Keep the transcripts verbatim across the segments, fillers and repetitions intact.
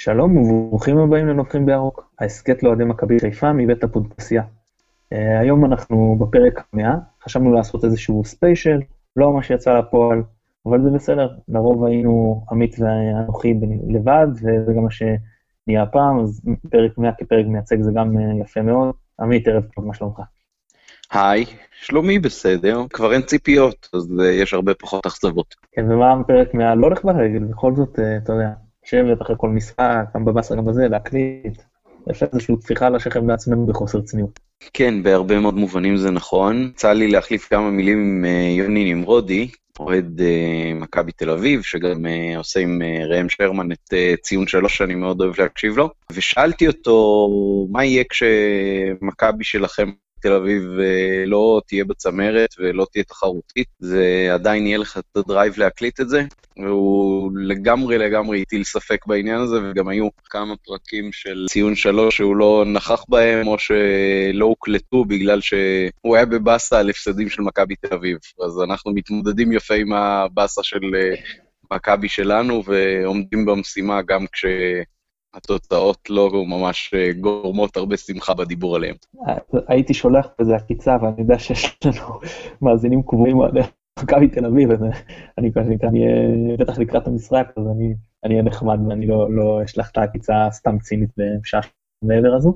שלום וברוכים הבאים לנובחים בירוק, ההסכת לאוהדי מכבי חיפה מבית הפודקסייה. Uh, היום אנחנו בפרק מאה, חשבנו לעשות איזשהו ספיישל, לא מה שיצא לפועל, אבל זה בסדר, לרוב היינו עמית ואנוכי לבד, וזה גם מה שנהיה הפעם, אז פרק מאה כפרק מייצג זה גם uh, יפה מאוד. עמית, ערב טוב, מה שלומך? היי, שלומי בסדר, כבר אין ציפיות, אז uh, יש הרבה פחות אכזבות. כן, ומה פרק מאה לא הולך ברגל, בכל זאת, uh, אתה יודע, שבט אחרי כל משחק, גם בבאסה גם בזה, להקליט, יש איזושהי טפיחה על השכם לעצמנו בחוסר צניעות. כן, בהרבה מאוד מובנים זה נכון. צא לי להחליף כמה מילים עם uh, יוני נמרודי, אוהד uh, מכבי תל אביב, שגם uh, עושה עם uh, ראם שרמן את uh, ציון שלוש שאני מאוד אוהב להקשיב לו, ושאלתי אותו מה יהיה כשמכבי שלכם תל אביב לא תהיה בצמרת ולא תהיה תחרותית, זה עדיין יהיה לך את הדרייב להקליט את זה, והוא לגמרי לגמרי הטיל ספק בעניין הזה, וגם היו כמה פרקים של ציון שלוש שהוא לא נכח בהם, או שלא הוקלטו בגלל שהוא היה בבאסה על הפסדים של מכבי תל אביב, אז אנחנו מתמודדים יפה עם הבאסה של מכבי שלנו, ועומדים במשימה גם כש... התוצאות לא ממש גורמות הרבה שמחה בדיבור עליהם. הייתי שולח בזה הקיצה, ואני יודע שיש לנו מאזינים קבועים על מכבי תל אביב, אז אני אהיה בטח לקראת המשחק, אז אני אהיה נחמד, ואני לא אשלח את הקיצה סתם צינית בשעה מעבר הזו.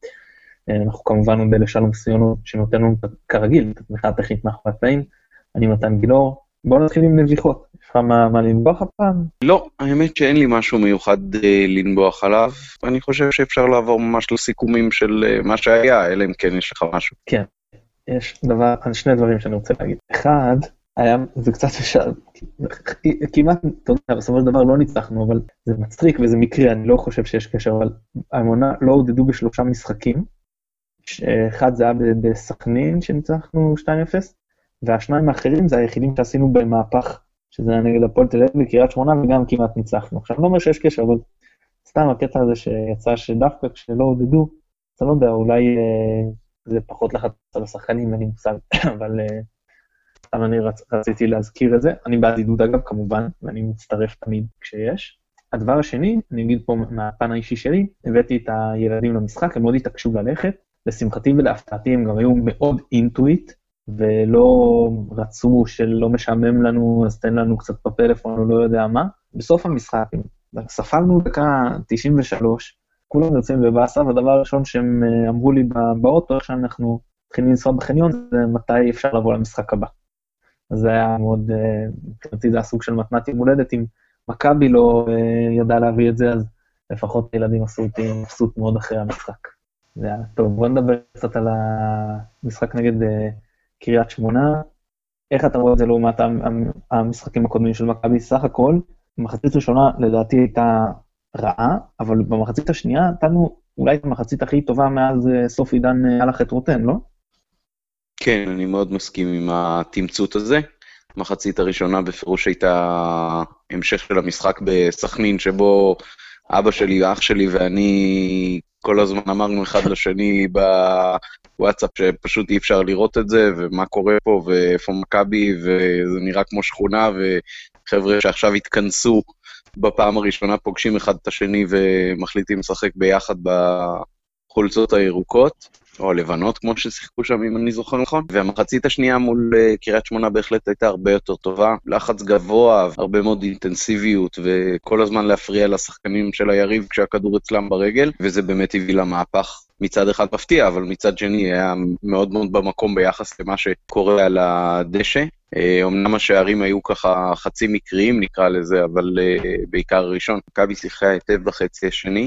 אנחנו כמובן נודה לשלום סיונות, שנותן לנו כרגיל את התמיכה הטכנית מאחורי הקלעים. אני מתן גילאור. בואו נתחיל עם נביחות. יש לך מה, מה לנבוח הפעם? לא, האמת שאין לי משהו מיוחד אה, לנבוח עליו. אני חושב שאפשר לעבור ממש לסיכומים של אה, מה שהיה, אלא אם כן יש לך משהו. כן, יש דבר, שני דברים שאני רוצה להגיד. אחד, היה, זה קצת אפשר, כמעט, אתה יודע, בסופו של דבר לא ניצחנו, אבל זה מצחיק וזה מקרי, אני לא חושב שיש קשר, אבל העונה לא הודדו בשלושה משחקים. אחד זה היה בסכנין שניצחנו שתיים אפס, והשניים האחרים זה היחידים שעשינו במהפך, שזה היה נגד הפועל תל אביב וקריית שמונה, וגם כמעט ניצחנו. עכשיו, אני לא אומר שיש קשר, אבל סתם הקטע הזה שיצא שדווקא כשלא הודדו, אני לא יודע, אולי אה, זה פחות לחץ על השחקנים, אני מושג, אבל אה, סתם אני רצ, רציתי להזכיר את זה. אני בעד עידוד אגב, כמובן, ואני מצטרף תמיד כשיש. הדבר השני, אני אגיד פה מהפן האישי שלי, הבאתי את הילדים למשחק, הם מאוד התעקשו ללכת, לשמחתי ולהפתעתי הם גם היו מאוד אינטואיט, ולא רצו שלא משעמם לנו, אז תן לנו קצת בפלאפון, או לא יודע מה. בסוף המשחק, ספלנו דקה תשעים ושלוש, כולם יוצאים בבאסה, והדבר הראשון שהם אמרו לי באוטו, איך שאנחנו התחילים לנסוע בחניון, זה מתי אפשר לבוא למשחק הבא. אז זה היה מאוד, מבחינתי זה הסוג של מתנת יום הולדת, אם מכבי לא ידע להביא את זה, אז לפחות הילדים עשו אותי מבסוט מאוד אחרי המשחק. זה היה טוב, בוא נדבר קצת על המשחק נגד קריית שמונה. איך אתה רואה את זה לעומת המשחקים הקודמים של מכבי? סך הכל, במחצית ראשונה לדעתי הייתה רעה, אבל במחצית השנייה נתנו אולי את המחצית הכי טובה מאז סוף עידן הלך את רוטן, לא? כן, אני מאוד מסכים עם התמצות הזה. המחצית הראשונה בפירוש הייתה המשך של המשחק בסכנין, שבו אבא שלי, אח שלי ואני כל הזמן אמרנו אחד לשני בוואטסאפ שפשוט אי אפשר לראות את זה, ומה קורה פה, ואיפה מכבי, וזה נראה כמו שכונה, וחבר'ה שעכשיו התכנסו בפעם הראשונה פוגשים אחד את השני, ומחליטים לשחק ביחד בחולצות הירוקות, או הלבנות, כמו ששיחקו שם, אם אני זוכר נכון. והמחצית השנייה מול קריית שמונה בהחלט הייתה הרבה יותר טובה. לחץ גבוה, הרבה מאוד אינטנסיביות, וכל הזמן להפריע לשחקנים של היריב כשהכדור אצלם ברגל, וזה באמת הביא למהפך. מצד אחד מפתיע, אבל מצד שני היה מאוד מאוד במקום ביחס למה שקורה על הדשא. אמנם השערים היו ככה חצי מקריים נקרא לזה, אבל בעיקר הראשון, מכבי שיחקה היטב בחצי השני,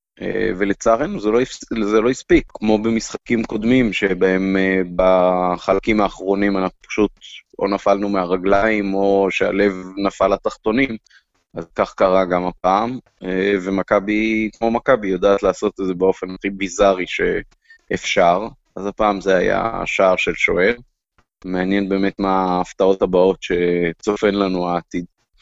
ולצערנו זה לא, זה לא הספיק, כמו במשחקים קודמים שבהם בחלקים האחרונים אנחנו פשוט או נפלנו מהרגליים או שהלב נפל לתחתונים, אז כך קרה גם הפעם, ומכבי, כמו מכבי, יודעת לעשות את זה באופן הכי ביזארי שאפשר, אז הפעם זה היה השער של שוער. מעניין באמת מה ההפתעות הבאות שצופן לנו העתיד.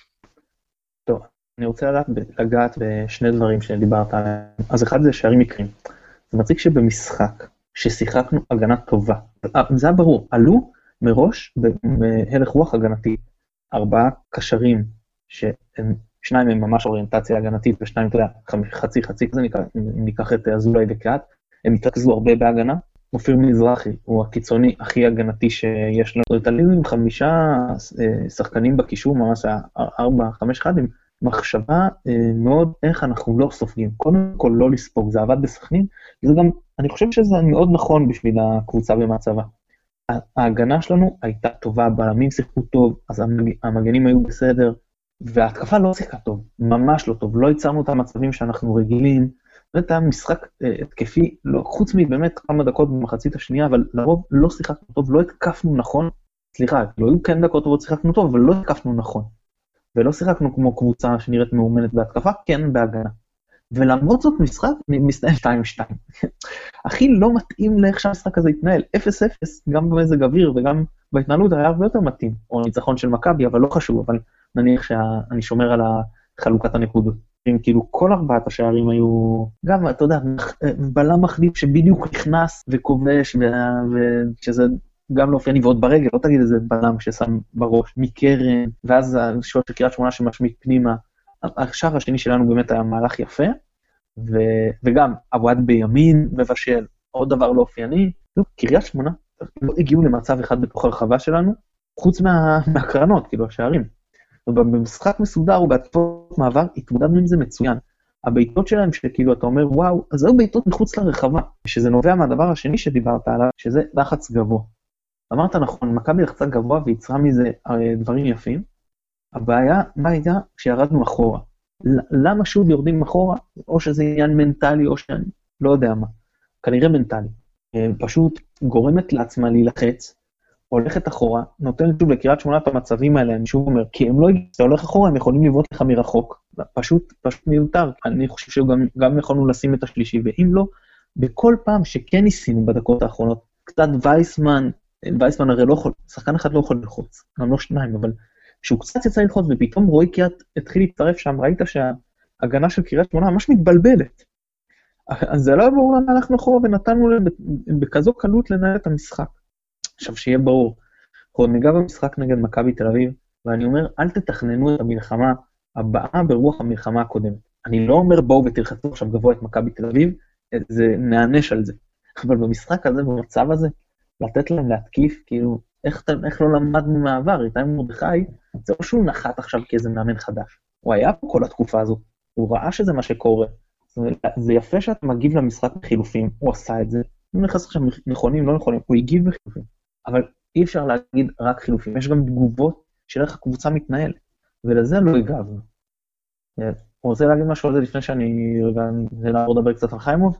טוב, אני רוצה לגעת בשני דברים שדיברת עליהם. אז אחד זה שערים מקרים. זה מצחיק שבמשחק, ששיחקנו הגנה טובה, זה היה ברור, עלו מראש בהלך רוח הגנתי, ארבעה קשרים שהם שניים הם ממש אוריינטציה הגנתית, ושניים, אתה יודע, חצי חצי כזה, אם ניקח את אזולאי וקהת, הם התרכזו הרבה בהגנה. אופיר מזרחי הוא הקיצוני הכי הגנתי שיש לנו. זאת אומרת, עם חמישה שחקנים בקישור, ממש ארבע, חמש אחד, עם מחשבה מאוד איך אנחנו לא סופגים. קודם כל לא לספוג, זה עבד בסכנין, וזה גם, אני חושב שזה מאוד נכון בשביל הקבוצה במצבה. ההגנה שלנו הייתה טובה, בלמים שיחקו טוב, אז המגנים היו בסדר, וההתקפה לא שיחקה טוב, ממש לא טוב, לא ייצרנו את המצבים שאנחנו רגילים, באמת היה משחק התקפי, לא, חוץ מבאמת כמה דקות במחצית השנייה, אבל לרוב לא שיחקנו טוב, לא התקפנו נכון, סליחה, לא היו כן דקות טובות שיחקנו טוב, אבל לא התקפנו נכון, ולא שיחקנו כמו קבוצה שנראית מאומנת בהתקפה, כן בהגנה. ולמרות זאת משחק מסתיים שתיים שתיים. הכי לא מתאים לאיך שהמשחק הזה התנהל. אפס אפס, גם במזג אוויר וגם בהתנהלות היה הרבה יותר מתאים. או ניצחון של מכבי, אבל לא חשוב, אבל נניח שאני שומר על חלוקת הנקודות. כאילו כל ארבעת השערים היו, גם אתה יודע, בלם מחליף שבדיוק נכנס וכובש, ושזה גם לא אופייני ועוד ברגל, לא תגיד איזה בלם ששם בראש, מקרן, ואז השוט של קריית שמונה שמשמיק פנימה, השער השני שלנו באמת היה מהלך יפה, ו... וגם אבועד בימין מבשל, עוד דבר לא אופייני, קריית שמונה לא הגיעו למצב אחד בתוך הרחבה שלנו, חוץ מה... מהקרנות, כאילו השערים. ובמשחק מסודר ובהתקפות מעבר, התמודדנו עם זה מצוין. הביתות שלהם שכאילו אתה אומר, וואו, אז היו ביתות מחוץ לרחבה, שזה נובע מהדבר השני שדיברת עליו, שזה לחץ גבוה. אמרת נכון, מכבי לחצה גבוה ויצרה מזה דברים יפים, הבעיה, מה הייתה? כשירדנו אחורה. למה שוב יורדים אחורה? או שזה עניין מנטלי, או שאני לא יודע מה. כנראה מנטלי. פשוט גורמת לעצמה להילחץ, הולכת אחורה, נותנת שוב לקריית שמונה את המצבים האלה, אני שוב אומר, כי הם לא, אתה הולך אחורה, הם יכולים לבעוט לך מרחוק. פשוט, פשוט מיותר. אני חושב שגם גם יכולנו לשים את השלישי, ואם לא, בכל פעם שכן ניסינו בדקות האחרונות, קצת וייסמן, וייסמן הרי לא יכול, שחקן אחד לא יכול ללחוץ, גם לא שניים, אבל שהוא קצת יצא ללחוץ, ופתאום רועי קיאט התחיל להתערף שם, ראית שההגנה של קריית שמונה ממש מתבלבלת. אז זה לא ברור למה הלכנו אחורה, ונתנו להם בכזו קלות לנהל את המשחק. עכשיו שיהיה ברור, עוד ניגע במשחק נגד מכבי תל אביב, ואני אומר, אל תתכננו את המלחמה הבאה ברוח המלחמה הקודמת. אני לא אומר בואו ותלחצו עכשיו גבוה את מכבי תל אביב, זה נענש על זה. אבל במשחק הזה, במצב הזה, לתת להם להתקיף, כאילו, איך, איך לא למדנו מהעבר, איתי מרדכי, זה לא שהוא נחת עכשיו כאיזה מאמן חדש. הוא היה פה כל התקופה הזו, הוא ראה שזה מה שקורה. זה יפה שאתה מגיב למשחק בחילופים, הוא עשה את זה, הוא נכנס עכשיו נכונים, לא נכונים, הוא הגיב בחילופים. אבל אי אפשר להגיד רק חילופים, יש גם תגובות של איך הקבוצה מתנהלת, ולזה לא הגבנו. הוא רוצה להגיד משהו על זה לפני שאני נעבור לדבר קצת על חיימוב?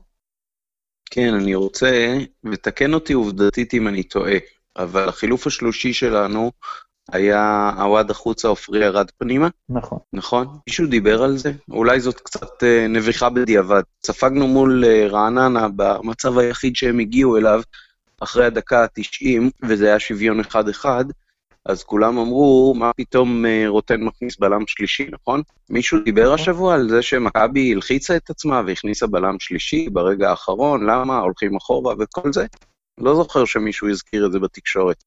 כן, אני רוצה, ותקן אותי עובדתית אם אני טועה, אבל החילוף השלושי שלנו היה עווד החוצה עופרי ירד פנימה. נכון. נכון? מישהו דיבר על זה? אולי זאת קצת נביחה בדיעבד. ספגנו מול רעננה במצב היחיד שהם הגיעו אליו, אחרי הדקה ה-תשעים, וזה היה שוויון אחד אחד, אז כולם אמרו, מה פתאום רוטן מכניס בלם שלישי, נכון? מישהו דיבר השבוע על זה שמכבי הלחיצה את עצמה והכניסה בלם שלישי ברגע האחרון, למה? הולכים אחורה וכל זה? לא זוכר שמישהו הזכיר את זה בתקשורת.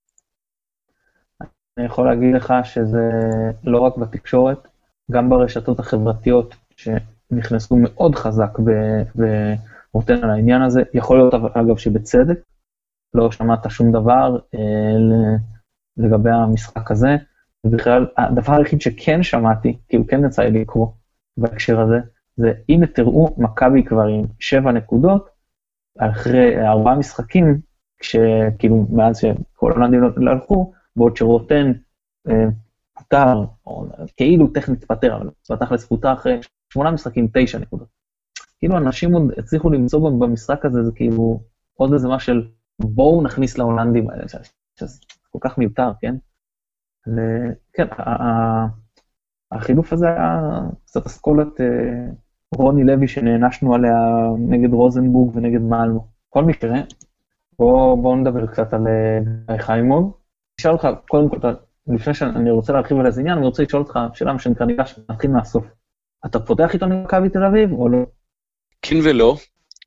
אני יכול להגיד לך שזה לא רק בתקשורת, גם ברשתות החברתיות שנכנסו מאוד חזק ורוטן על העניין הזה, יכול להיות אגב שבצדק, לא שמעת שום דבר לגבי המשחק הזה, ובכלל הדבר היחיד שכן שמעתי, כאילו כן יצא לי לקרוא בהקשר הזה, זה הנה תראו מכבי כבר עם שבע נקודות, אחרי ארבעה משחקים, כשכאילו מאז שכל הולנדים לא הלכו, בעוד שרוטן פוטר, או כאילו טכנית פטר, אבל בתכלס פוטר אחרי שמונה משחקים, תשע נקודות. כאילו אנשים עוד הצליחו למצוא במשחק הזה, זה כאילו עוד איזה מה של בואו נכניס להולנדים האלה, שזה כל כך מיותר, כן? כן, החילוף הזה היה קצת אסכולת רוני לוי שנענשנו עליה נגד רוזנבורג ונגד מאלמו. כל מקרה, בואו נדבר קצת על חיימוב. אשאל אותך, קודם כל, לפני שאני רוצה להרחיב על איזה עניין, אני רוצה לשאול אותך שאלה שאני ניגש, נתחיל מהסוף. אתה פותח איתו מכבי תל אביב או לא? כן ולא.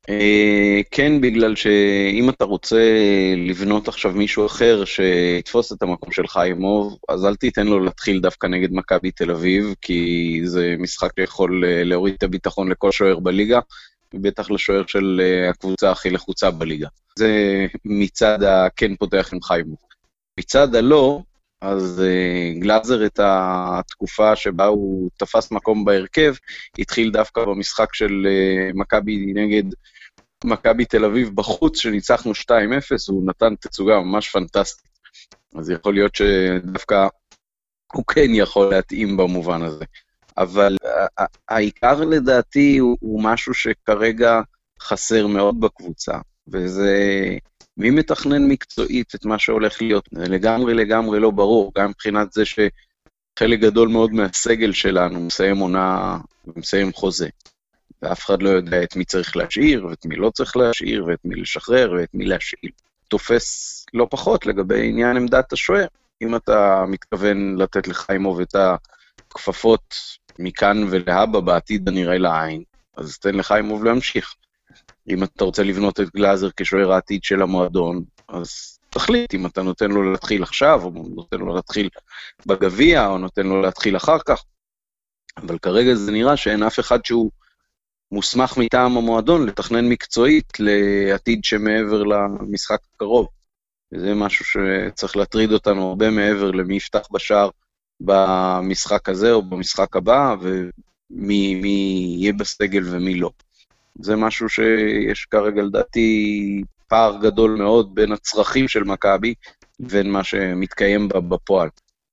כן, בגלל שאם אתה רוצה לבנות עכשיו מישהו אחר שיתפוס את המקום של חיימוב, אז אל תיתן לו להתחיל דווקא נגד מכבי תל אביב, כי זה משחק שיכול להוריד את הביטחון לכל שוער בליגה, בטח לשוער של הקבוצה הכי לחוצה בליגה. זה מצד הכן פותח עם חיימוב. מצד הלא, אז גלאזר את התקופה שבה הוא תפס מקום בהרכב, התחיל דווקא במשחק של מכבי נגד מכבי תל אביב בחוץ, שניצחנו שתיים אפס, הוא נתן תצוגה ממש פנטסטית. אז יכול להיות שדווקא הוא כן יכול להתאים במובן הזה. אבל העיקר לדעתי הוא, הוא משהו שכרגע חסר מאוד בקבוצה, וזה מי מתכנן מקצועית את מה שהולך להיות. זה לגמרי לגמרי לא ברור, גם מבחינת זה שחלק גדול מאוד מהסגל שלנו מסיים עונה ומסיים חוזה. ואף אחד לא יודע את מי צריך להשאיר, ואת מי לא צריך להשאיר, ואת מי לשחרר, ואת מי להשאיר. תופס לא פחות לגבי עניין עמדת השוער. אם אתה מתכוון לתת לחיימוב את הכפפות מכאן ולהבא בעתיד הנראה לעין, אז תן לחיימוב להמשיך. אם אתה רוצה לבנות את גלאזר כשוער העתיד של המועדון, אז תחליט אם אתה נותן לו להתחיל עכשיו, או נותן לו להתחיל בגביע, או נותן לו להתחיל אחר כך. אבל כרגע זה נראה שאין אף אחד שהוא מוסמך מטעם המועדון לתכנן מקצועית לעתיד שמעבר למשחק הקרוב. וזה משהו שצריך להטריד אותנו הרבה מעבר למי יפתח בשער במשחק הזה או במשחק הבא, ומי מי יהיה בסגל ומי לא. זה משהו שיש כרגע לדעתי פער גדול מאוד בין הצרכים של מכבי ובין מה שמתקיים בפועל.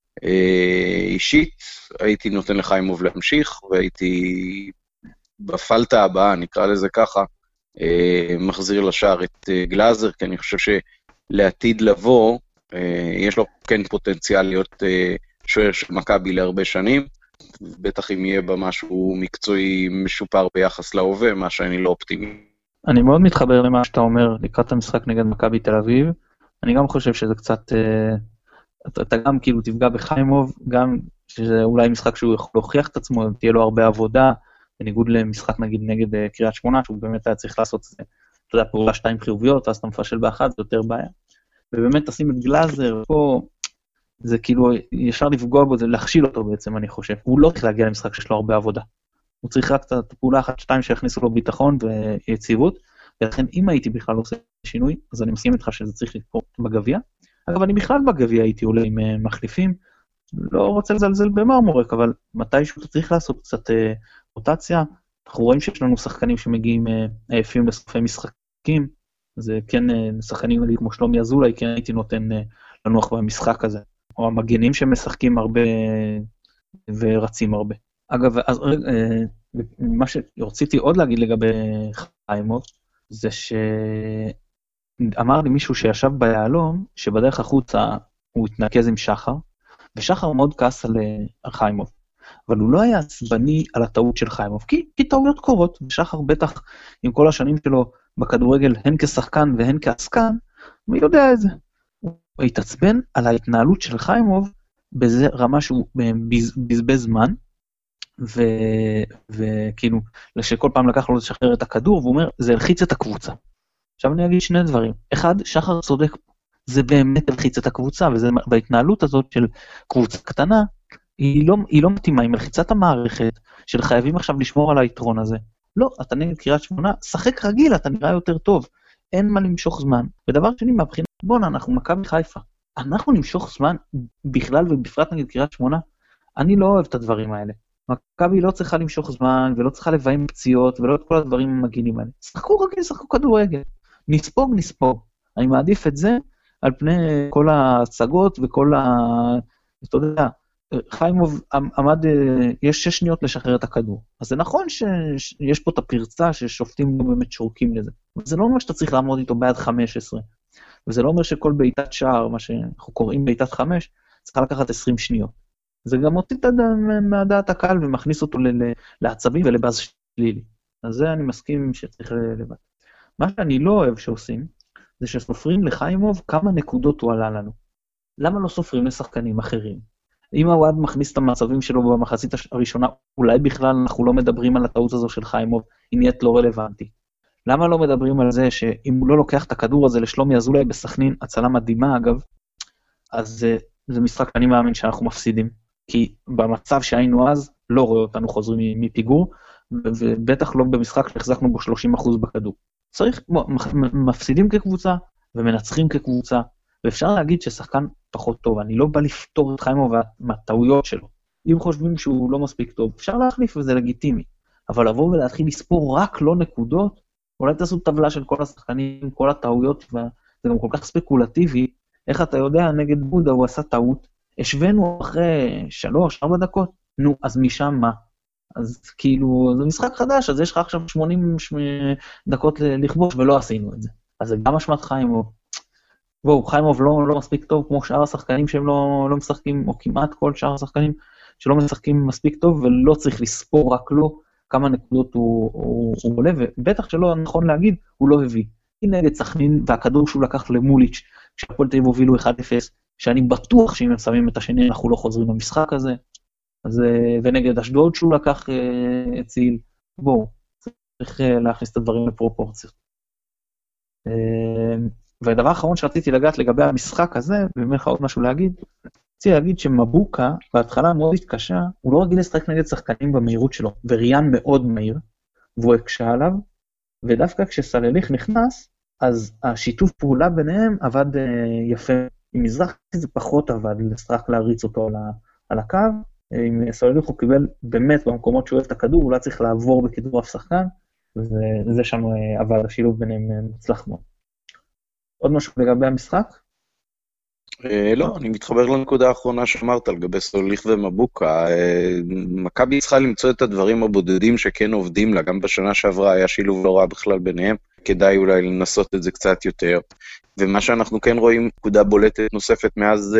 אישית הייתי נותן לחיימוב להמשיך, והייתי בפלטה הבאה, נקרא לזה ככה, מחזיר לשער את גלאזר, כי אני חושב שלעתיד לבוא, יש לו כן פוטנציאל להיות שוער של מכבי להרבה שנים, בטח אם יהיה בה משהו מקצועי משופר ביחס להווה, מה שאני לא אופטימי. אני מאוד מתחבר למה שאתה אומר לקראת המשחק נגד מכבי תל אביב. אני גם חושב שזה קצת, אתה, אתה גם כאילו תפגע בחיימוב, גם שזה אולי משחק שהוא יכול להוכיח את עצמו, תהיה לו הרבה עבודה, בניגוד למשחק נגיד נגד קריית שמונה, שהוא באמת היה צריך לעשות, אתה יודע, פעולה שתיים חיוביות, אז אתה מפשל באחת, זה יותר בעיה. ובאמת תשים את גלאזר פה, זה כאילו ישר לפגוע בו, זה להכשיל אותו בעצם, אני חושב. הוא לא צריך להגיע למשחק שיש לו הרבה עבודה. הוא צריך רק את הפעולה אחת, שתיים שיכניסו לו ביטחון ויציבות, ולכן אם הייתי בכלל עושה שינוי, אז אני מסכים איתך שזה צריך לקרות בגביע. אגב, אני בכלל בגביע הייתי עולה עם מחליפים, לא רוצה לזלזל במרמורק, אבל מתישהו אתה צריך לעשות קצת רוטציה. אנחנו רואים שיש לנו שחקנים שמגיעים עייפים לסופי משחקים, זה כן שחקנים כמו שלומי אזולאי, כן הייתי נותן לנוח במשחק הזה. או המגנים שמשחקים הרבה ורצים הרבה. אגב, אז מה שרציתי עוד להגיד לגבי חיימוב, זה שאמר לי מישהו שישב ביעלום, שבדרך החוצה הוא התנקז עם שחר, ושחר מאוד כעס על חיימוב, אבל הוא לא היה עצבני על הטעות של חיימוב, כי, כי טעויות קורות, ושחר בטח עם כל השנים שלו בכדורגל, הן כשחקן והן כעסקן, הוא יודע את זה. הוא התעצבן על ההתנהלות של חיימוב, בזה רמה שהוא בזבז זמן, וכאילו, שכל פעם לקח לו לשחרר את הכדור, והוא אומר, זה הלחיץ את הקבוצה. עכשיו אני אגיד שני דברים. אחד, שחר צודק, זה באמת הלחיץ את הקבוצה, ובהתנהלות הזאת של קבוצה קטנה, היא לא, היא לא מתאימה, היא מלחיצת המערכת, של חייבים עכשיו לשמור על היתרון הזה. לא, אתה נגד קריית שמונה, שחק רגיל, אתה נראה יותר טוב. אין מה למשוך זמן. ודבר שני, מהבחינה, בונה, אנחנו מכבי חיפה. אנחנו נמשוך זמן בכלל ובפרט נגד קריית שמונה. אני לא אוהב את הדברים האלה. מכבי לא צריכה למשוך זמן, ולא צריכה לביים פציעות, ולא את כל הדברים המגינים האלה. שחקו רגיל, שחקו כדורגל. נספוג, נספוג. אני מעדיף את זה על פני כל ההצגות וכל ה... אתה יודע, חיימוב עמד, יש שש שניות לשחרר את הכדור. אז זה נכון שיש פה את הפרצה ששופטים לא באמת שורקים לזה. אבל זה לא אומר שאתה צריך לעמוד איתו בעד חמש עשרה. וזה לא אומר שכל בעיטת שער, מה שאנחנו קוראים בעיטת חמש, צריכה לקחת עשרים שניות. זה גם מוציא את מהדעת הקהל ומכניס אותו לעצבים ולבאז שלילי. אז זה אני מסכים שצריך לבד. מה שאני לא אוהב שעושים, זה שסופרים לחיימוב כמה נקודות הוא עלה לנו. למה לא סופרים לשחקנים אחרים? אם הוואד מכניס את המצבים שלו במחצית הראשונה, אולי בכלל אנחנו לא מדברים על הטעות הזו של חיימוב, היא נהיית לא רלוונטית. למה לא מדברים על זה שאם הוא לא לוקח את הכדור הזה לשלומי אזולאי בסכנין, הצלה מדהימה אגב, אז זה, זה משחק שאני מאמין שאנחנו מפסידים, כי במצב שהיינו אז, לא רואה אותנו חוזרים מפיגור, ובטח לא במשחק שהחזקנו בו שלושים אחוז בכדור. צריך, מפסידים כקבוצה, ומנצחים כקבוצה, ואפשר להגיד ששחקן פחות טוב, אני לא בא לפתור את חיימוב מהטעויות שלו, אם חושבים שהוא לא מספיק טוב, אפשר להחליף וזה לגיטימי, אבל לבוא ולהתחיל לספור רק לא נקודות, אולי תעשו טבלה של כל השחקנים, כל הטעויות, וזה גם כל כך ספקולטיבי, איך אתה יודע, נגד בודה הוא עשה טעות, השווינו אחרי שלוש, ארבע דקות, נו, אז משם מה? אז כאילו, זה משחק חדש, אז יש לך עכשיו שמונים דקות לכבוש, ולא עשינו את זה. אז זה גם אשמת חיימוב. בואו, חיימוב לא, לא מספיק טוב, כמו שאר השחקנים שהם לא, לא משחקים, או כמעט כל שאר השחקנים, שלא משחקים מספיק טוב, ולא צריך לספור רק לו כמה נקודות הוא, הוא, הוא עולה, ובטח שלא נכון להגיד, הוא לא הביא. היא נגד סכנין, והכדור שהוא לקח למוליץ', כשהפועל תל אביב הובילו אחד אפס, שאני בטוח שאם הם שמים את השני, אנחנו לא חוזרים למשחק הזה, אז, ונגד אשדוד שהוא לקח הציל, בואו, צריך להכניס את הדברים לפרופורציות. והדבר האחרון שרציתי לגעת לגבי המשחק הזה, ואומר לך עוד משהו להגיד, רציתי להגיד שמבוקה, בהתחלה מאוד התקשה, הוא לא רגיל לשחק נגד שחקנים במהירות שלו, וריאן מאוד מהיר, והוא הקשה עליו, ודווקא כשסלליך נכנס, אז השיתוף פעולה ביניהם עבד יפה. עם מזרח זה פחות עבד, לשחק להריץ אותו על הקו, עם סלליך הוא קיבל באמת במקומות שהוא אוהב את הכדור, הוא לא צריך לעבור בכדור אף שחקן, וזה שם עבד, השילוב ביניהם מוצלח מאוד. עוד משהו לגבי המשחק? לא, אני מתחבר לנקודה האחרונה שאמרת, לגבי סלליך ומבוקה. מכבי צריכה למצוא את הדברים הבודדים שכן עובדים לה, גם בשנה שעברה היה שילוב לא רע בכלל ביניהם, כדאי אולי לנסות את זה קצת יותר. ומה שאנחנו כן רואים, נקודה בולטת נוספת מאז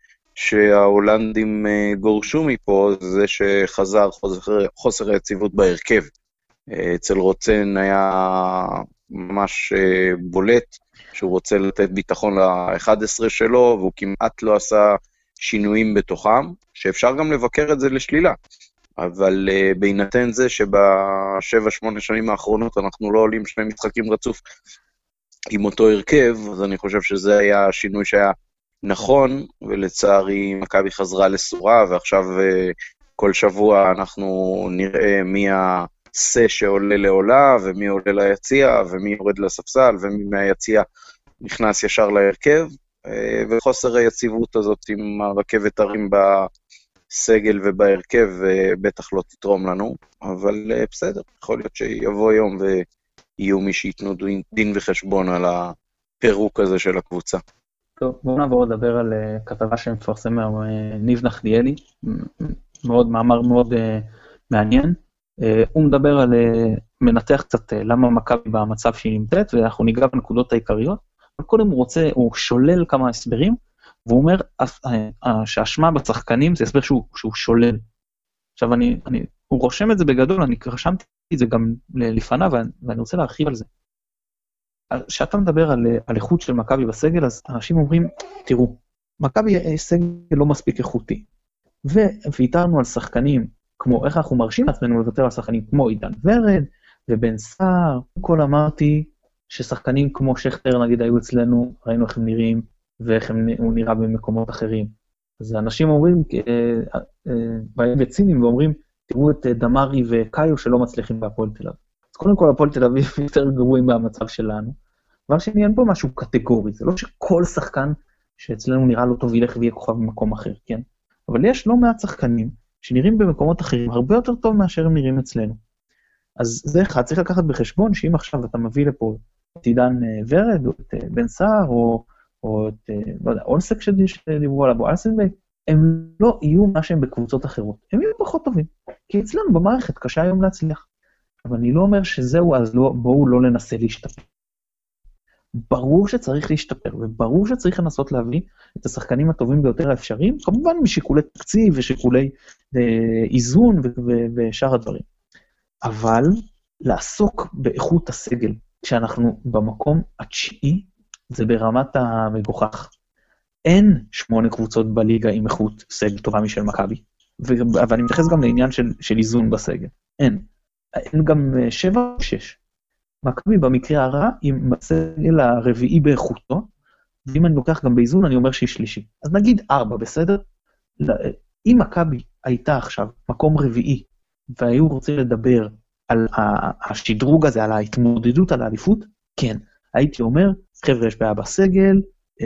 שההולנדים גורשו מפה, זה שחזר חוסר, חוסר היציבות בהרכב. אצל רוצן היה ממש בולט, שהוא רוצה לתת ביטחון ל-אחד עשר שלו, והוא כמעט לא עשה שינויים בתוכם, שאפשר גם לבקר את זה לשלילה. אבל uh, בהינתן זה שבשבע שמונה שנים האחרונות אנחנו לא עולים שני משחקים רצוף עם אותו הרכב, אז אני חושב שזה היה השינוי שהיה נכון, ולצערי מכבי חזרה לסורה, ועכשיו uh, כל שבוע אנחנו נראה מי הסה שעולה לעולה, ומי עולה ליציע, ומי יורד לספסל, ומי מהיציע נכנס ישר להרכב, וחוסר היציבות הזאת עם הרכבת הרים בסגל ובהרכב בטח לא תתרום לנו, אבל בסדר, יכול להיות שיבוא יום ויהיו מי שיתנו דין וחשבון על הפירוק הזה של הקבוצה. טוב, בואו נעבור לדבר על כתבה שמפרסם ניב נחליאלי, מאוד, מאמר מאוד מעניין. הוא מדבר על, מנתח קצת למה מכבי במצב שהיא נמצאת, ואנחנו ניגע בנקודות העיקריות, אבל קודם הוא רוצה, הוא שולל כמה הסברים, והוא אומר שהאשמה בשחקנים זה הסבר שהוא, שהוא שולל. עכשיו אני, אני, הוא רושם את זה בגדול, אני רשמתי את זה גם לפניו, ואני רוצה להרחיב על זה. כשאתה מדבר על, על איכות של מכבי בסגל, אז אנשים אומרים, תראו, מכבי סגל לא מספיק איכותי, ויתרנו על שחקנים, כמו איך אנחנו מרשים לעצמנו לוותר על שחקנים כמו עידן ורד ובן סער, כל אמרתי ששחקנים כמו שכטר נגיד היו אצלנו, ראינו איך הם נראים ואיך הם, הוא נראה במקומות אחרים. אז אנשים אומרים, באים וצינים ואומרים, תראו את דמרי וקאיו שלא מצליחים בהפועל תל אביב. אז קודם כל הפועל תל אביב יותר גרועים במצב שלנו, אבל שני אין פה משהו קטגורי, זה לא שכל שחקן שאצלנו נראה לא טוב ילך ויהיה כוכב במקום אחר, כן? אבל יש לא מעט שחקנים שנראים במקומות אחרים הרבה יותר טוב מאשר הם נראים אצלנו. אז זה אחד, צריך לקחת בחשבון שאם עכשיו אתה מביא לפה את עידן ורד, או את בן סער, או, או את, לא יודע, אולסק שדיברו עליו, או אלסנבק, הם לא יהיו מה שהם בקבוצות אחרות. הם יהיו פחות טובים, כי אצלנו במערכת קשה היום להצליח. אבל אני לא אומר שזהו, אז לא, בואו לא ננסה להשתפר. ברור שצריך להשתפר, וברור שצריך לנסות להביא את השחקנים הטובים ביותר האפשריים, כמובן משיקולי תקציב ושיקולי אה, איזון ו- ו- ושאר הדברים. אבל לעסוק באיכות הסגל, כשאנחנו במקום התשיעי, זה ברמת המגוחך. אין שמונה קבוצות בליגה עם איכות סגל טובה משל מכבי, ו- ואני מתייחס גם לעניין של, של איזון בסגל. אין. אין גם שבע או שש. מכבי במקרה הרע, עם בסגל הרביעי באיכותו, ואם אני לוקח גם באיזון, אני אומר שהיא שלישי. אז נגיד ארבע, בסדר? אם מכבי הייתה עכשיו מקום רביעי, והיו רוצים לדבר על השדרוג הזה, על ההתמודדות, על האליפות, כן, הייתי אומר, חבר'ה, יש בעיה בסגל,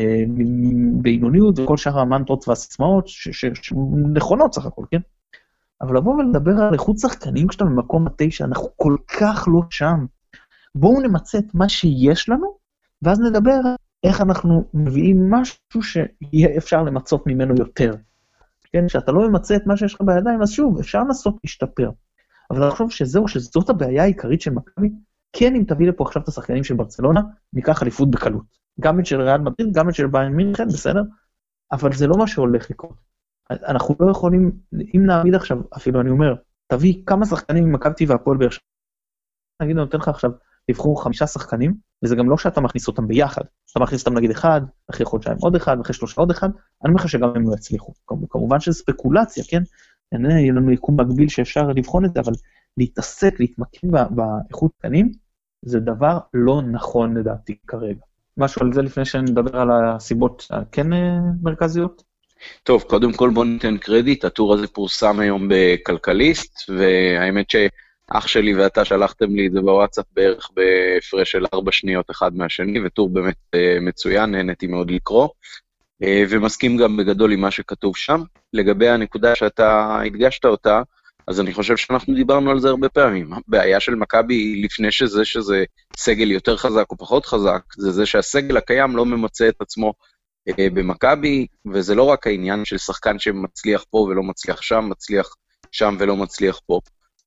בינוניות, וכל שאר המנטרות והסיסמאות, שנכונות סך הכל, כן? אבל לבוא ולדבר על איכות שחקנים, כשאתה במקום התשע, אנחנו כל כך לא שם. בואו נמצא את מה שיש לנו, ואז נדבר איך אנחנו מביאים משהו שיהיה אפשר למצות ממנו יותר. כן, שאתה לא ממצא את מה שיש לך בידיים, אז שוב, אפשר לנסות להשתפר. אבל אני חושב שזהו, שזאת הבעיה העיקרית של מכבי, כן, אם תביא לפה עכשיו את השחקנים של ברצלונה, ניקח אליפות בקלות. גם את של ריאל מדריד, גם את של ביירן מינכן, בסדר? אבל זה לא מה שהולך לקרות. אנחנו לא יכולים, אם נעמיד עכשיו, אפילו אני אומר, תביא כמה שחקנים ממכבי והפועל באר שבע, נגיד, אני נותן לך עכשיו לבחור חמישה שחקנים, וזה גם לא שאתה מכניס אותם ביחד, אתה מכניס אותם נגיד אחד, אחרי חודשיים עוד אחד, אחרי שלושה עוד אחד, אני אומר לך שגם הם לא יצליחו. כמובן שזה ספקולציה, כן? יהיה לנו יקום מקביל שאפשר לבחון את זה, אבל להתעסק, להתמקם באיכות קנים, זה דבר לא נכון לדעתי כרגע. משהו על זה לפני שנדבר על הסיבות הכן מרכזיות? טוב, קודם כל בוא ניתן קרדיט, הטור הזה פורסם היום בכלכליסט, והאמת שאח שלי ואתה שלחתם לי את זה בוואטסאפ בערך בהפרש של ארבע שניות אחד מהשני, וטור באמת מצוין, נהניתי מאוד לקרוא, ומסכים גם בגדול עם מה שכתוב שם. לגבי הנקודה שאתה הדגשת אותה, אז אני חושב שאנחנו דיברנו על זה הרבה פעמים. הבעיה של מכבי לפני שזה שזה סגל יותר חזק או פחות חזק, זה זה שהסגל הקיים לא ממצא את עצמו במכבי, וזה לא רק העניין של שחקן שמצליח פה ולא מצליח שם, מצליח שם ולא מצליח פה.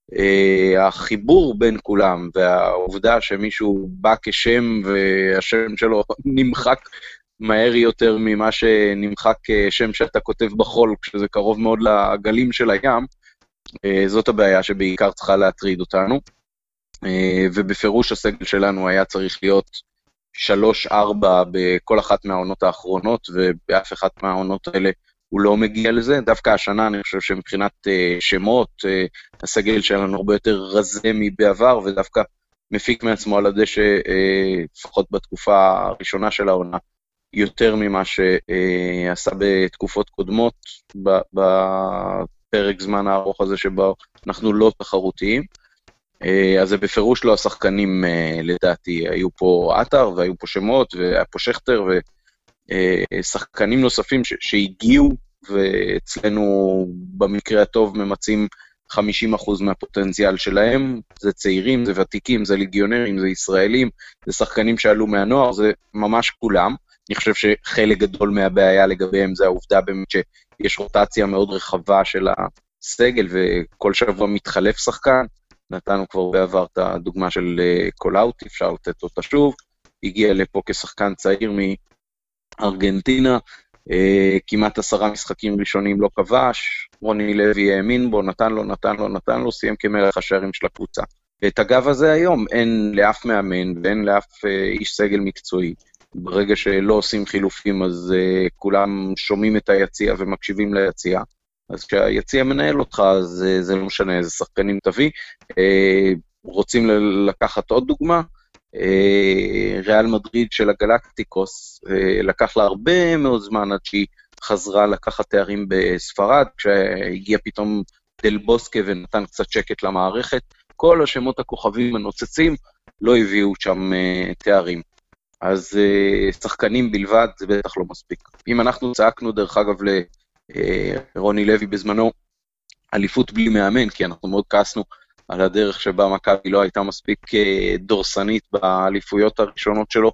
החיבור בין כולם, והעובדה שמישהו בא כשם והשם שלו נמחק מהר יותר ממה שנמחק שם שאתה כותב בחול, כשזה קרוב מאוד לגלים של הים, זאת הבעיה שבעיקר צריכה להטריד אותנו, ובפירוש הסגל שלנו היה צריך להיות שלוש ארבע בכל אחת מהעונות האחרונות, ובאף אחת מהעונות האלה הוא לא מגיע לזה. דווקא השנה אני חושב שמבחינת שמות, הסגל שלנו הרבה יותר רזה מבעבר, ודווקא מפיק מעצמו על הדשא, לפחות בתקופה הראשונה של העונה, יותר ממה שעשה בתקופות קודמות, בפרק זמן הארוך הזה שבו אנחנו לא תחרותיים. אז זה בפירוש לא השחקנים, לדעתי, היו פה אתר והיו פה שמות והיה פה שכתר ושחקנים נוספים שהגיעו, ואצלנו במקרה הטוב ממצים חמישים אחוז מהפוטנציאל שלהם. זה צעירים, זה ותיקים, זה ליגיונרים, זה ישראלים, זה שחקנים שעלו מהנוער, זה ממש כולם. אני חושב שחלק גדול מהבעיה לגביהם זה העובדה באמת שיש רוטציה מאוד רחבה של הסגל, וכל שבוע מתחלף שחקן. נתנו כבר בעבר את הדוגמה של קולאוט, אפשר לתת אותה שוב, הגיע לפה כשחקן צעיר מארגנטינה, כמעט עשרה משחקים ראשונים לא כבש, רוני לוי האמין בו, נתן לו, נתן לו, נתן לו, סיים כמלך השערים של הקבוצה. ואת הגב הזה היום אין לאף מאמן ואין לאף איש סגל מקצועי. ברגע שלא עושים חילופים, אז כולם שומעים את היציע ומקשיבים ליציע. אז כשהיציע מנהל אותך, אז זה לא משנה איזה שחקנים תביא. רוצים לקחת עוד דוגמה, ריאל מדריד של הגלקטיקוס, לקח לה הרבה מאוד זמן עד שהיא חזרה לקחת תארים בספרד, כשהגיע פתאום דל בוסקה ונתן קצת שקט למערכת, כל השמות הכוכבים הנוצצים לא הביאו שם תארים. אז שחקנים בלבד זה בטח לא מספיק. אם אנחנו צעקנו דרך אגב לרוני לוי בזמנו, אליפות בלי מאמן, כי אנחנו מאוד כעסנו על הדרך שבה מכבי לא הייתה מספיק דורסנית באליפויות הראשונות שלו,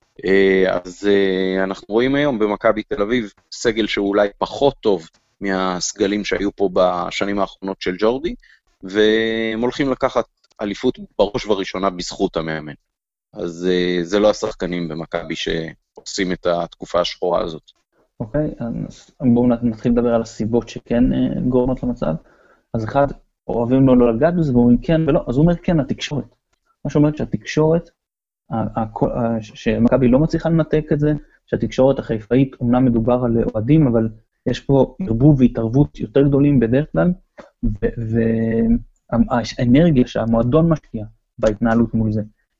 אז אנחנו רואים היום במכבי תל אביב סגל שהוא אולי פחות טוב מהסגלים שהיו פה בשנים האחרונות של ג'ורדי, והם הולכים לקחת אליפות בראש וראשונה בזכות המאמן. אז זה לא השחקנים במכבי שעושים את התקופה השחורה הזאת. אוקיי, אז בואו נתחיל לדבר על הסיבות שכן גורמות למצב. אז אחד, אוהבים לו לא לגעת בזה, ואומרים כן ולא, אז הוא אומר כן, התקשורת. מה שאומרת שהתקשורת, שמכבי לא מצליחה לנתק את זה, שהתקשורת החיפאית, אומנם מדובר על אוהדים, אבל יש פה ערבוב והתערבות יותר גדולים בדרך כלל, והאנרגיה שהמועדון משקיע בהתנהלות מול זה,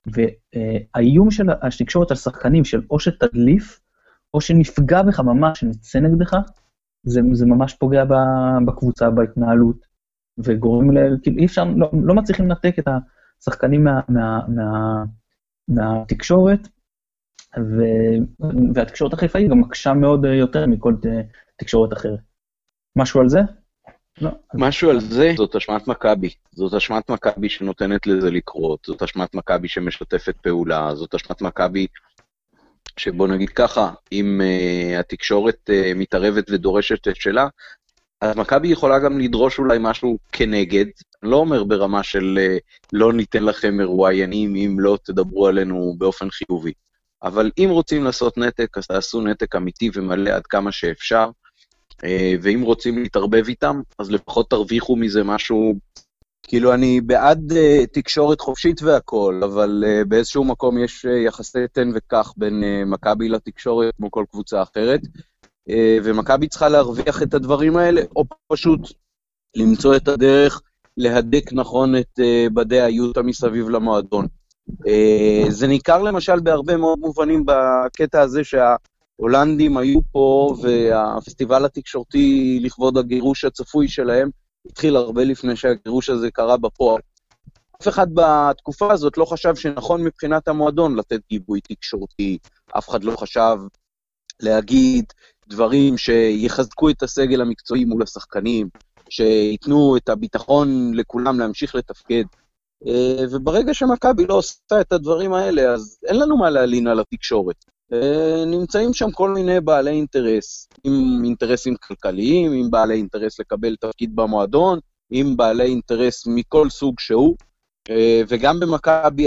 והאיום של התקשורת על שחקנים של או שתדליף, או שנפגע בך ממש, שנצא נגדך, זה, זה ממש פוגע בקבוצה, בהתנהלות, וגורם ל... כאילו אי אפשר, לא, לא מצליחים לנתק את השחקנים מה, מה, מה, מהתקשורת, ו, והתקשורת החיפה היא גם מקשה מאוד יותר מכל תקשורת אחרת. משהו על זה? לא. משהו על זה, זאת אשמת מכבי, זאת אשמת מכבי שנותנת לזה לקרות, זאת אשמת מכבי שמשתפת פעולה, זאת אשמת מכבי שבוא נגיד ככה, אם uh, התקשורת uh, מתערבת ודורשת את שלה, אז מכבי יכולה גם לדרוש אולי משהו כנגד, לא אומר ברמה של uh, לא ניתן לכם מרואיינים אם לא תדברו עלינו באופן חיובי, אבל אם רוצים לעשות נתק, אז תעשו נתק אמיתי ומלא עד כמה שאפשר, ואם רוצים להתערבב איתם, אז לפחות תרוויחו מזה משהו, כאילו אני בעד uh, תקשורת חופשית והכל, אבל uh, באיזשהו מקום יש uh, יחסי תן וכך בין uh, מכבי לתקשורת כמו כל קבוצה אחרת, uh, ומכבי צריכה להרוויח את הדברים האלה, או פשוט למצוא את הדרך להדק נכון את uh, בדי היוטה מסביב למועדון. Uh, זה ניכר למשל בהרבה מאוד מובנים בקטע הזה שה... הולנדים היו פה, והפסטיבל התקשורתי לכבוד הגירוש הצפוי שלהם התחיל הרבה לפני שהגירוש הזה קרה בפועל. אף אחד בתקופה הזאת לא חשב שנכון מבחינת המועדון לתת גיבוי תקשורתי, אף אחד לא חשב להגיד דברים שיחזקו את הסגל המקצועי מול השחקנים, שיתנו את הביטחון לכולם להמשיך לתפקד, וברגע שמכבי לא עושה את הדברים האלה, אז אין לנו מה להלין על התקשורת. נמצאים שם כל מיני בעלי אינטרס, עם אינטרסים כלכליים, עם בעלי אינטרס לקבל תפקיד במועדון, עם בעלי אינטרס מכל סוג שהוא, וגם במכבי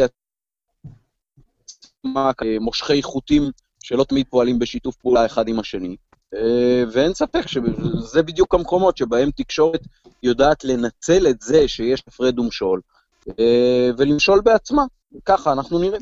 מושכי חוטים שלא תמיד פועלים בשיתוף פעולה אחד עם השני, ואין ספק שזה בדיוק המקומות שבהם תקשורת יודעת לנצל את זה שיש הפרד ומשול, ולמשול בעצמה, ככה אנחנו נראים.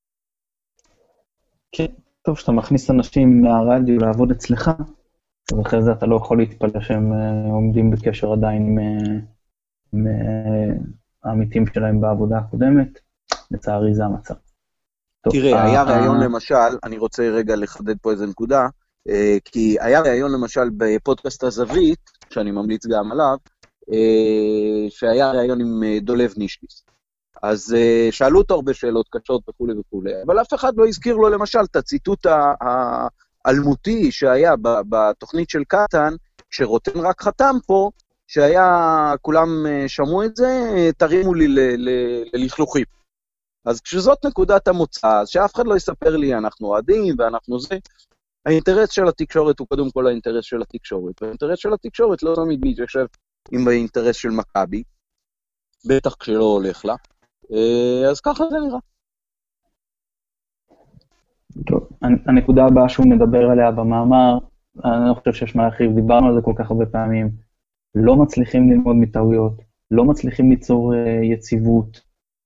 כן. טוב, שאתה מכניס אנשים מהרדיו לעבוד אצלך, אז אחרי זה אתה לא יכול להתפלא שהם עומדים בקשר עדיין עם העמיתים שלהם בעבודה הקודמת, לצערי זה המצב. תראה, היה רעיון למשל, אני רוצה רגע לחדד פה איזה נקודה, כי היה רעיון למשל בפודקאסט הזווית, שאני ממליץ גם עליו, שהיה רעיון עם דולב נישטיס. אז uh, שאלו אותו הרבה שאלות קשות וכו' וכו', אבל אף אחד לא הזכיר לו למשל את הציטוט האלמותי שהיה בתוכנית של קטן, שרוטן רק חתם פה, שהיה, כולם שמעו את זה, תרימו לי ללכלוכים. אז כשזאת נקודת המוצא, אז שאף אחד לא יספר לי, אנחנו אוהדים ואנחנו זה, האינטרס של התקשורת הוא קודם כל האינטרס של התקשורת, והאינטרס של התקשורת לא תמיד מתיישב עם האינטרס של מכבי, בטח כשלא הולך לה, אז ככה זה נראה. טוב, הנקודה הבאה שהוא מדבר עליה במאמר, אני לא חושב שיש מה להרחיב, דיברנו על זה כל כך הרבה פעמים, לא מצליחים ללמוד מטעויות, לא מצליחים ליצור יציבות,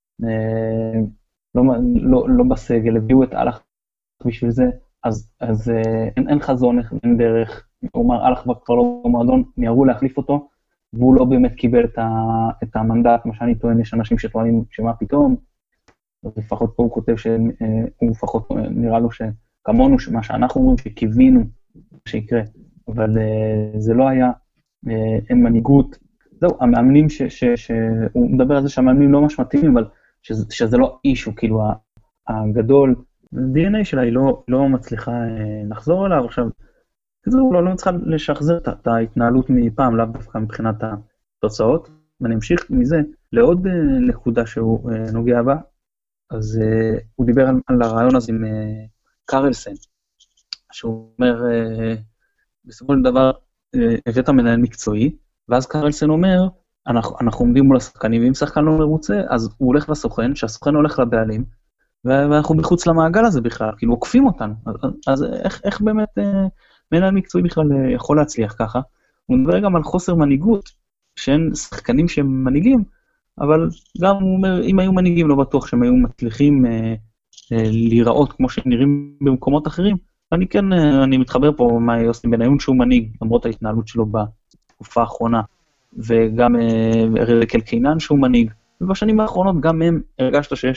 לא, לא, לא בסגל, הביאו את הלך בשביל זה, אז, אז אין, אין חזון, אין דרך, הוא אומר, הלך כבר לא במועדון, מיהרו להחליף אותו, והוא לא באמת קיבל את, ה, את המנדט, מה שאני טוען, יש אנשים שטוענים שמה פתאום, אז לפחות פה הוא כותב שהוא לפחות נראה לו שכמונו, מה שאנחנו אומרים, שקיווינו שיקרה, אבל זה לא היה, אין מנהיגות, זהו, המאמנים, ש, ש, ש, הוא מדבר על זה שהמאמנים לא ממש מתאימים, אבל שזה, שזה לא אישו, כאילו הגדול, ה-די אן איי שלה היא לא, לא מצליחה לחזור אליו, עכשיו, זהו, לא, לא צריכה לשחזר את ההתנהלות מפעם, לאו דווקא מבחינת התוצאות, ואני אמשיך מזה לעוד נקודה שהוא נוגע בה, אז הוא דיבר על, על הרעיון הזה עם קרלסן, שהוא אומר, בסופו של דבר, הבאת מנהל מקצועי, ואז קרלסן אומר, אנחנו, אנחנו עומדים מול השחקנים, ואם שחקן לא מרוצה, אז הוא הולך לסוכן, שהסוכן הולך לבעלים, ואנחנו מחוץ למעגל הזה בכלל, כאילו עוקפים אותנו, אז, אז איך, איך באמת מנהל מקצועי בכלל יכול להצליח ככה? הוא מדבר גם על חוסר מנהיגות, שאין שחקנים שהם מנהיגים, אבל גם הוא אומר, אם היו מנהיגים, לא בטוח שהם היו מצליחים אה, אה, להיראות כמו שהם נראים במקומות אחרים, אני כן, אה, אני מתחבר פה מה יוסי בניון שהוא מנהיג, למרות ההתנהלות שלו בתקופה האחרונה, וגם אה, רקל קינן שהוא מנהיג, ובשנים האחרונות גם הם הרגשת שיש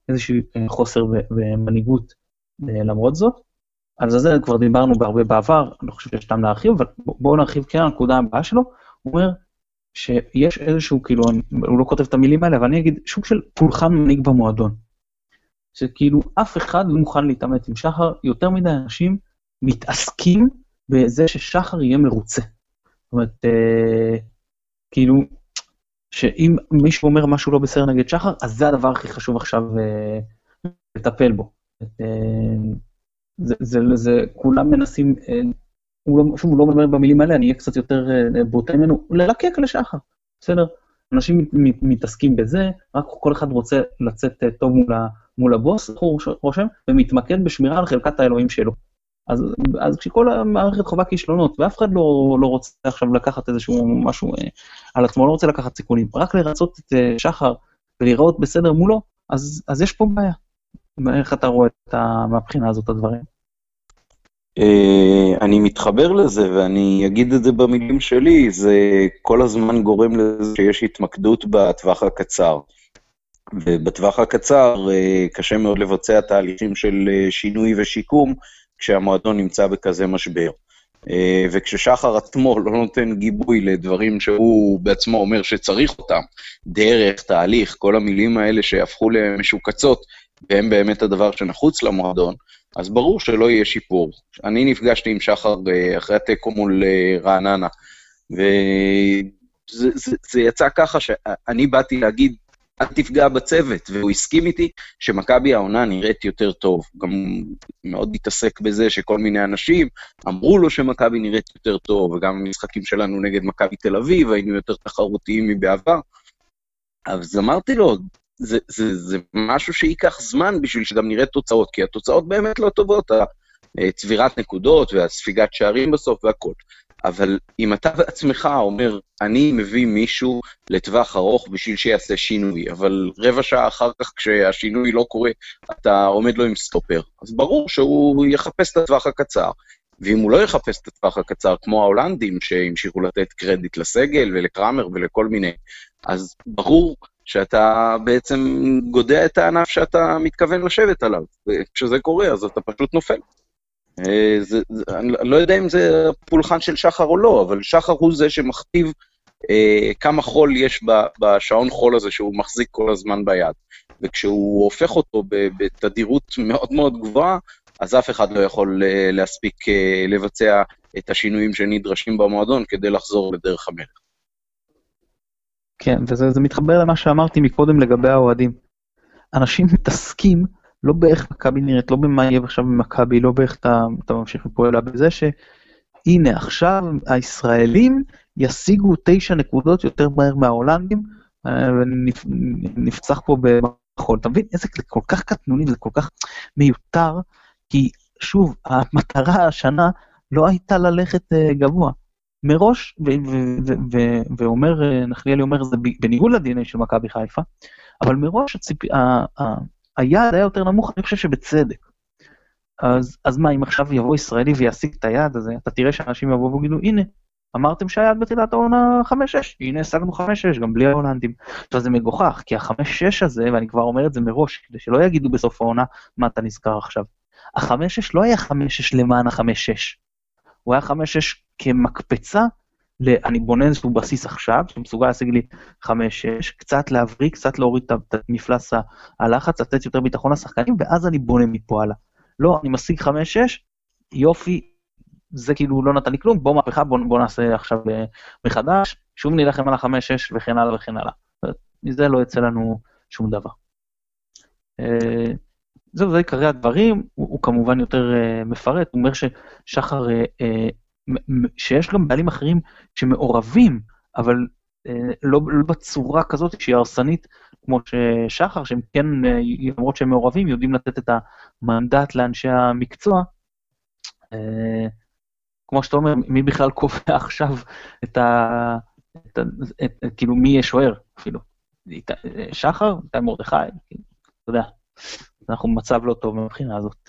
איזושהי חוסר במנהיגות למרות זאת. אז זה כבר דיברנו בהרבה בעבר, אני חושב שיש טעם להרחיב, אבל בואו נרחיב כן על הנקודה הבאה שלו. הוא אומר שיש איזשהו, כאילו, הוא לא כותב את המילים האלה, אבל אני אגיד, שוק של פולחן מנהיג במועדון. שכאילו אף אחד לא מוכן להתאמת עם שחר, יותר מדי אנשים מתעסקים בזה ששחר יהיה מרוצה. זאת אומרת, אה, כאילו, שאם מישהו אומר משהו לא בסדר נגד שחר, אז זה הדבר הכי חשוב עכשיו אה, לטפל בו. אה, זה, זה, זה, כולם מנסים, אה, הוא לא, שוב, הוא לא מדבר במילים האלה, אני אהיה קצת יותר אה, בוטה ממנו, ללקק לשחר, בסדר? אנשים מת, מת, מתעסקים בזה, רק כל אחד רוצה לצאת אה, טוב מול, ה, מול הבוס, הוא רושם, ומתמקד בשמירה על חלקת האלוהים שלו. אז, אז כשכל המערכת חובה כישלונות, ואף אחד לא, לא רוצה עכשיו לקחת איזשהו משהו אה, על עצמו, לא רוצה לקחת סיכונים, רק לרצות את אה, שחר ולראות בסדר מולו, אז, אז יש פה בעיה. איך אתה רואה את ה, מהבחינה הזאת הדברים? אני מתחבר לזה, ואני אגיד את זה במילים שלי, זה כל הזמן גורם לזה שיש התמקדות בטווח הקצר. ובטווח הקצר קשה מאוד לבצע תהליכים של שינוי ושיקום, כשהמועדון נמצא בכזה משבר. וכששחר עצמו לא נותן גיבוי לדברים שהוא בעצמו אומר שצריך אותם, דרך, תהליך, כל המילים האלה שהפכו למשוקצות, והם באמת הדבר שנחוץ למועדון, אז ברור שלא יהיה שיפור. אני נפגשתי עם שחר אחרי הטקו מול רעננה, וזה זה, זה יצא ככה שאני באתי להגיד, אל תפגע בצוות, והוא הסכים איתי שמכבי העונה נראית יותר טוב. גם מאוד התעסק בזה שכל מיני אנשים אמרו לו שמכבי נראית יותר טוב, וגם המשחקים שלנו נגד מכבי תל אביב, היינו יותר תחרותיים מבעבר. אז אמרתי לו, זה, זה, זה משהו שיקח זמן בשביל שגם נראה תוצאות, כי התוצאות באמת לא טובות, הצבירת נקודות והספיגת שערים בסוף והכל. אבל אם אתה בעצמך אומר, אני מביא מישהו לטווח ארוך בשביל שיעשה שינוי, אבל רבע שעה אחר כך כשהשינוי לא קורה, אתה עומד לו עם סטופר. אז ברור שהוא יחפש את הטווח הקצר. ואם הוא לא יחפש את הטווח הקצר, כמו ההולנדים שהמשיכו לתת קרדיט לסגל ולקרמר ולכל מיני, אז ברור שאתה בעצם גודע את הענף שאתה מתכוון לשבת עליו. וכשזה קורה, אז אתה פשוט נופל. זה, זה, אני לא יודע אם זה פולחן של שחר או לא, אבל שחר הוא זה שמכתיב אה, כמה חול יש בשעון חול הזה שהוא מחזיק כל הזמן ביד. וכשהוא הופך אותו בתדירות מאוד מאוד גבוהה, אז אף אחד לא יכול אה, להספיק אה, לבצע את השינויים שנדרשים במועדון כדי לחזור לדרך המלך. כן, וזה זה מתחבר למה שאמרתי מקודם לגבי האוהדים. אנשים מתעסקים לא באיך מכבי נראית, לא במה יהיה עכשיו במכבי, לא באיך אתה, אתה ממשיך מפה, אלא בזה שהנה עכשיו הישראלים ישיגו תשע נקודות יותר מהר מההולנדים, ונפצח פה במחול. אתה מבין? איזה כל כך קטנוני, זה כל כך מיותר, כי שוב, המטרה השנה לא הייתה ללכת גבוה. מראש, ואומר, נחליאלי אומר, זה בניגוד ל-די אן איי של מכבי חיפה, אבל מראש הציפי, היעד היה יותר נמוך, אני חושב שבצדק. אז, אז מה, אם עכשיו יבוא ישראלי ויעסיק את היעד הזה, אתה תראה שאנשים יבואו ויגידו, הנה, אמרתם שהיעד בתחילת העונה חמש שש, הנה השגנו חמש שש, גם בלי ההולנדים. עכשיו זה מגוחך, כי ה-חמש שש הזה, ואני כבר אומר את זה מראש, כדי שלא יגידו בסוף העונה, מה אתה נזכר עכשיו. ה-חמש שש לא היה חמש שש למען ה-חמש שש, הוא היה חמש שש כמקפצה, אני בונה איזשהו בסיס עכשיו, שמסוגל להשיג לי חמש שש, קצת להבריא, קצת להוריד את מפלס הלחץ, לתת יותר ביטחון לשחקנים, ואז אני בונה מפה הלאה. לא, אני משיג חמש שש, יופי, זה כאילו לא נתן לי כלום, בוא מהפכה, בוא, בוא נעשה עכשיו מחדש, שוב נלחם על ה-חמש שש וכן הלאה וכן הלאה. מזה לא יצא לנו שום דבר. זהו, זה עיקרי הדברים, הוא, הוא כמובן יותר מפרט, הוא אומר ששחר, שיש גם בעלים אחרים שמעורבים, אבל לא, לא בצורה כזאת שהיא הרסנית, כמו ששחר, שהם כן, למרות שהם מעורבים, יודעים לתת את המנדט לאנשי המקצוע, כמו שאתה אומר, מי בכלל קובע עכשיו את ה... את ה את, את, כאילו מי יהיה שוער אפילו. שחר, איתי מרדכי, אתה יודע, אנחנו במצב לא טוב מבחינה הזאת.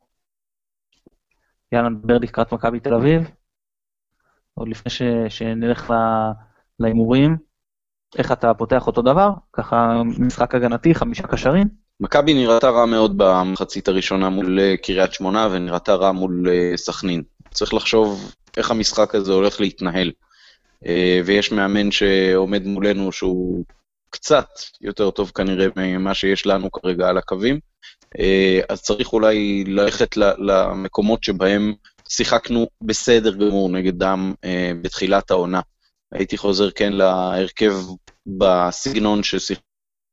יאללה, נדבר לקראת מכבי תל אביב, עוד לפני ש, שנלך לאימורים, איך אתה פותח אותו דבר, ככה משחק הגנתי, חמישה קשרים. מכבי נראתה רע מאוד במחצית הראשונה מול קריית שמונה, ונראתה רע מול סכנין. צריך לחשוב איך המשחק הזה הולך להתנהל. ויש מאמן שעומד מולנו שהוא קצת יותר טוב כנראה ממה שיש לנו כרגע על הקווים, אז צריך אולי ללכת למקומות שבהם שיחקנו בסדר גמור נגדם בתחילת העונה. הייתי חוזר כן להרכב בסגנון ששיחק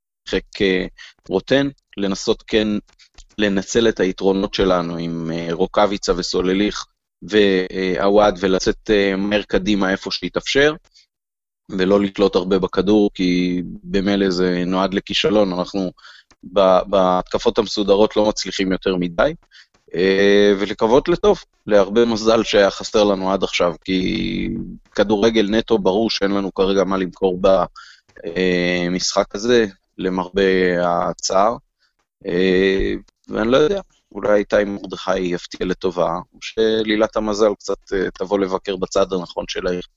רוטן, לנסות כן לנצל את היתרונות שלנו עם רוקביצה וסולליך והוואד, ולצאת מהר קדימה איפה שיתאפשר, ולא לקלוט הרבה בכדור, כי במילא זה נועד לכישלון, אנחנו בהתקפות המסודרות לא מצליחים יותר מדי, ולקוות לטוב, להרבה מזל שהיה חסר לנו עד עכשיו, כי כדורגל נטו ברור שאין לנו כרגע מה למכור במשחק הזה, למרבה הצער, ואני לא יודע, אולי איתי מרדכי יפתיע לטובה, או שלילת המזל קצת תבוא לבקר בצד הנכון של העיר.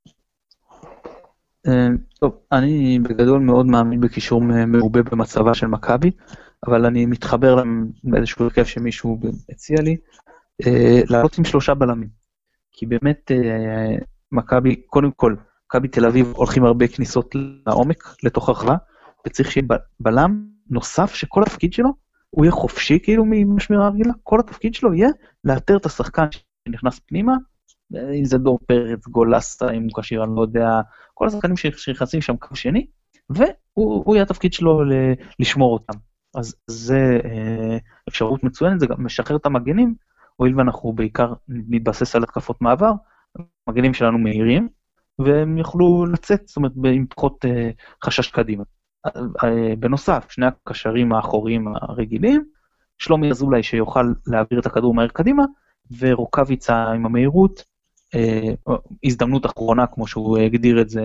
טוב, אני בגדול מאוד מאמין בקישור מרובה במצבה של מכבי, אבל אני מתחבר לאיזשהו הרכב שמישהו הציע לי, לעלות עם שלושה בלמים. כי באמת מכבי, קודם כל, מכבי תל אביב הולכים הרבה כניסות לעומק, לתוך הרחבה, וצריך שיהיה בלם נוסף שכל התפקיד שלו, הוא יהיה חופשי כאילו משמירה הרגילה, כל התפקיד שלו יהיה לאתר את השחקן שנכנס פנימה, אם זה דור פרץ, גולסה, אם הוא קשיר, אני לא יודע, כל השחקנים שנכנסים שם קו שני, והוא יהיה התפקיד שלו לשמור אותם. אז זה אפשרות מצוינת, זה גם משחרר את המגנים, הואיל ואנחנו בעיקר נתבסס על התקפות מעבר, המגנים שלנו מהירים, והם יוכלו לצאת, זאת אומרת, עם פחות חשש קדימה. בנוסף, שני הקשרים האחוריים הרגילים, שלומי אזולאי שיוכל להעביר את הכדור מהר קדימה, ורוקביצה עם המהירות, הזדמנות אחרונה כמו שהוא הגדיר את זה,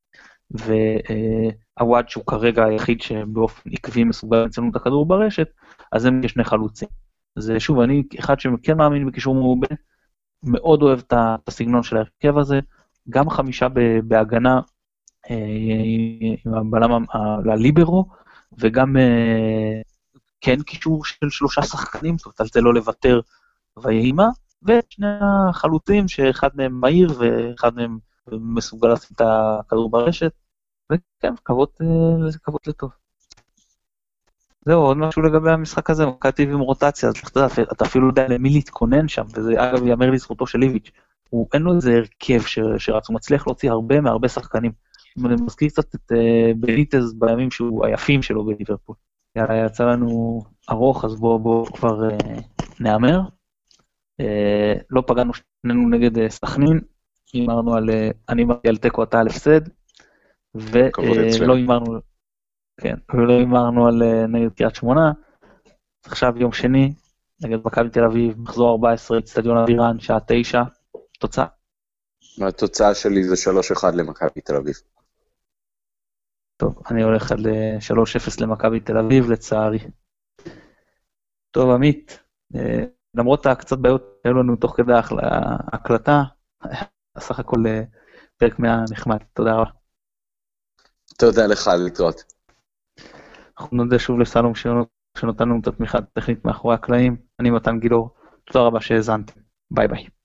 והוואד שהוא כרגע היחיד שבאופן עקבי מסוגל לצלנו את הכדור ברשת, אז הם יש שני חלוצים. אז שוב, אני אחד שכן מאמין בקישור מרובה, מאוד אוהב את הסגנון של ההרכב הזה, גם חמישה בהגנה, עם הבלם לליברו, וגם כן קישור של שלושה שחקנים, זאת אומרת, על זה לא לוותר ויהימה, ושני החלוצים שאחד מהם מהיר ואחד מהם מסוגל לשים את הכדור ברשת, וכן, כבוד לטוב. זהו, עוד משהו לגבי המשחק הזה, מכבי עם רוטציה, אז אתה אפילו יודע למי להתכונן שם, וזה אגב יאמר לזכותו של ליביץ', אין לו איזה הרכב שרץ, הוא מצליח להוציא הרבה מהרבה שחקנים, אני מזכיר קצת את בניטז בימים שהוא היפים שלו בליברפול. יאללה, יצא לנו ארוך, אז בואו בוא כבר נאמר. לא פגענו שנינו נגד סכנין, אמרנו על, אני אמרתי על תיקו אתה על הפסד, ולא אמרנו, כן, ולא אמרנו על נגד קריית שמונה, עכשיו יום שני, נגד מכבי תל אביב, מחזור ארבע עשרה, אצטדיון אבירן, שעה תשע, תוצאה. התוצאה שלי זה שלוש אחד למכבי תל אביב. טוב, אני הולך על שלוש אפס למכבי תל אביב, לצערי. טוב, עמית, למרות הקצת בעיות שהיו לנו תוך כדי ההקלטה, סך הכל פרק מאה נחמד, תודה רבה. תודה לך, להתראות. אנחנו נודה שוב לסלום שנותן לנו את התמיכה הטכנית מאחורי הקלעים, אני מתן גילאור, תודה רבה שהאזנתם, ביי ביי.